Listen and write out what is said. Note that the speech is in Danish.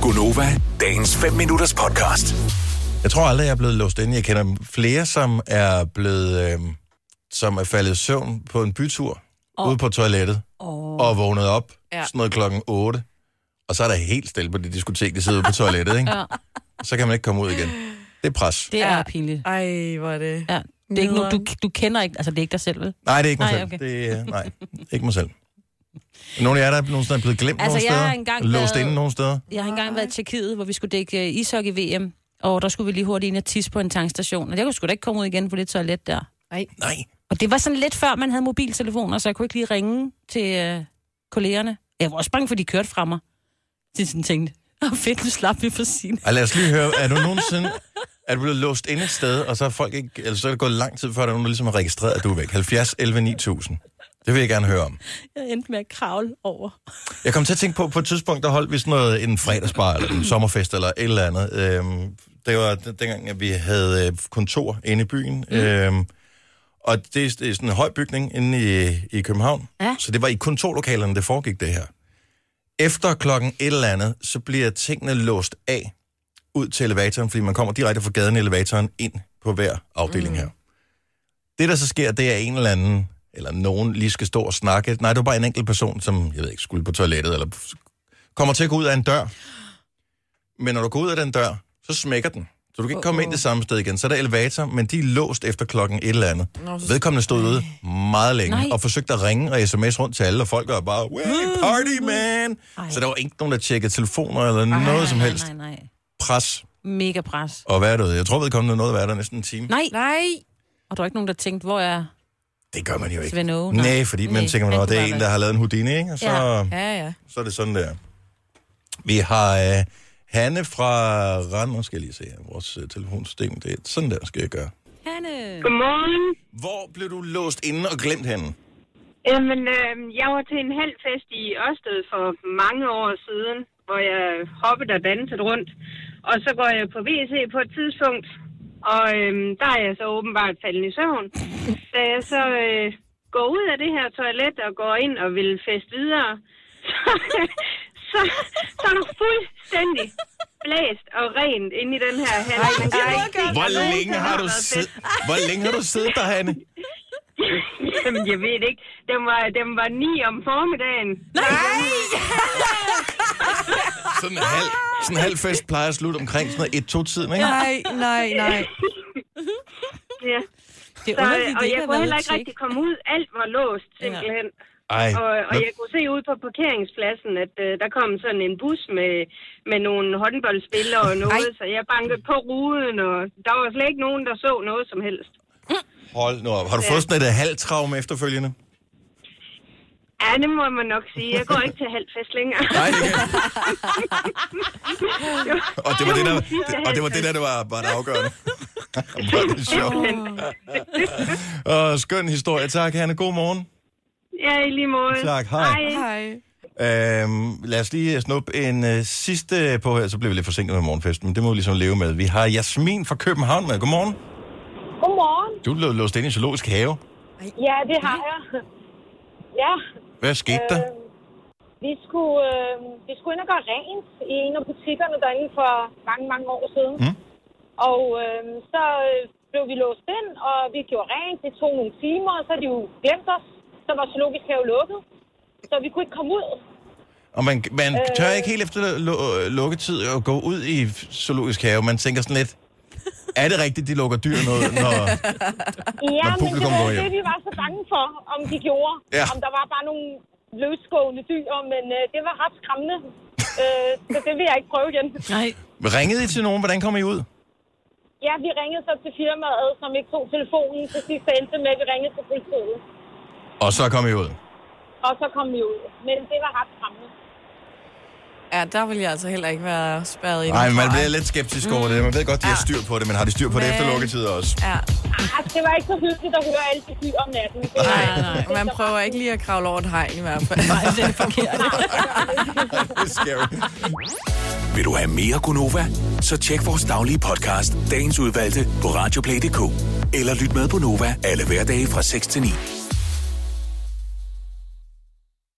Gonova, dagens 5 minutters podcast. Jeg tror aldrig, jeg er blevet låst inde. Jeg kender flere, som er blevet, som er faldet i søvn på en bytur ude på toilettet og vågnet op sådan noget klokken 8. Og så er der helt stille på det diskotek, de sidder ude på toilettet, ikke? Så kan man ikke komme ud igen. Det er pres. Det er pinligt. Ej, hvor er det... Ja. Det er ikke nogen, du kender ikke, altså det er ikke dig selv, vel? Nej, det er ikke mig selv. Okay. Det er, nej, ikke mig selv. Nogle af jer, der er nogensinde blevet glemt nogle steder? Låst inde nogle steder? Jeg har engang været i Tjekkiet, hvor vi skulle dække ishockey-VM, og der skulle vi lige hurtigt ind og tisse på en tankstation. Og jeg kunne sgu da ikke komme ud igen på det toilet der. Nej. Og det var sådan lidt før, man havde mobiltelefoner, så jeg kunne ikke lige ringe til kollegerne. Jeg var også bange for, de kørte fra mig. De sådan tænkte, fedt, nu slap vi for sin. Lad os lige høre, er du nogensinde... Er du blevet låst inde et sted, og så er folk ikke, eller så er det gået lang tid før, der er nogen, der ligesom har registreret, at du er væk. 70 11 9000. Det vil jeg gerne høre om. Jeg endte med at kravle over. Jeg kom til at tænke på et tidspunkt, der holdt vi sådan noget, en fredagsbar, eller en sommerfest, eller et eller andet. Det var dengang, at vi havde kontor inde i byen. Og det er sådan en høj bygning inde i København. Ja. Så det var i kontorlokalerne, det foregik det her. Efter klokken et eller andet, så bliver tingene låst af ud til elevatoren, fordi man kommer direkte fra gaden i elevatoren ind på hver afdeling her. Det, der så sker, det er en eller anden, eller nogen lige skal stå og snakke. Nej, det var bare en enkelt person, som, jeg ved ikke, skulle på toilettet, eller kommer til at gå ud af en dør. Men når du går ud af den dør, så smækker den. Så du kan ikke komme ind det samme sted igen. Så er der elevator, men de er låst efter klokken et eller andet. Vedkommende stod ude meget længe, og forsøgte at ringe og sms rundt til alle, og folk var bare, way party, man! Så der var ikke nogen, der tjekkede telefoner eller noget som helst. Nej. Pres. Mega pres. Og hvad er det? Jeg tror, vedkommende noget at være der næsten en time. Nej. Og der er ikke nogen, der tænkte, hvor er... Det gør man jo ikke. Svend. Nej, fordi man tænker, at det er en, der har lavet en Houdini, ikke? Og så, så er det sådan der. Vi har Hanne fra Randers, skal jeg lige se her. Vores telefonsystem, det er sådan der, skal jeg gøre. Hanne. Godmorgen. Hvor blev du låst inde og glemt henne? Jamen, jeg var til en halv fest i Ørsted for mange år siden, hvor jeg hoppede og dansede rundt. Og så går jeg på WC på et tidspunkt, og der er jeg så åbenbart faldet i søvn. Da jeg så går ud af det her toilet og går ind og vil feste videre, så er der fuldstændig blæst og rent inde i den her hal. Hvor længe har du siddet der, Hanne? Jamen, jeg ved ikke. Den var 9 om formiddagen. Nej! Sådan en halv fest plejer at slutte omkring sådan noget 1-2-tiden, ikke? Nej. Ja. Det er underligt, og jeg kunne heller ikke rigtig komme ud. Alt var låst, simpelthen. Og jeg kunne se ude på parkeringspladsen, at der kom sådan en bus med nogle håndboldspillere og noget, så jeg bankede på ruden, og der var slet ikke nogen, der så noget som helst. Hold nu op. Har du fået sådan et halvtraume efterfølgende? Ja, det må man nok sige. Jeg går ikke til halvfest længere. Nej, det kan. Og det var det der, det var bare det afgørende. Det sjovt. Skøn historie. Tak, Hanne. God morgen. Ja, i lige måde. Tak. Hej. Lad os lige snuppe en sidste på her, så bliver vi lidt forsinket med morgenfesten, men det må vi ligesom leve med. Vi har Jasmin fra København med. Godmorgen. Godmorgen. Du er låst inde i zoologisk have. Ja, det har jeg. Ja. Hvad skete der? Vi skulle ind og gøre rent i en af butikkerne derinde for mange år siden. Og så blev vi låst ind, og vi gjorde rent. Det tog nogle timer, og så har de jo glemt os. Så var zoologisk have lukket. Så vi kunne ikke komme ud. Og man tør ikke helt efter lukketid at gå ud i zoologisk have. Man tænker sådan lidt, er det rigtigt, de lukker dyr, når publikum går hjem? Ja, men det var det, vi var så bange for, om de gjorde. Ja. Om der var bare nogle løsgående dyr, men det var ret skræmmende. Så det vil jeg ikke prøve igen. Nej. Ringede I til nogen? Hvordan kom I ud? Ja, vi ringede så til firmaet, som ikke tog telefonen. Til sidst endte med, at vi ringede til politiet. Og så kom I ud? Og så kom vi ud. Men det var ret skræmmende. Ja, der vil jeg altså heller ikke være spærret ind. Nej, man bliver lidt skeptisk over det. Man ved godt, de har styr på det, men har de styr på det efter lukketid også? Ja. Altså, det var ikke så hyggeligt at høre alle de dyr om natten. Nej. Man prøver ikke lige at kravle over et hegn i hvert fald. Nej, det er forkert. Det er scary. Vil du have mere Gonova? Så tjek vores daglige podcast, dagens udvalgte, på radioplay.dk. Eller lyt med på Nova alle hverdage fra 6 til 9.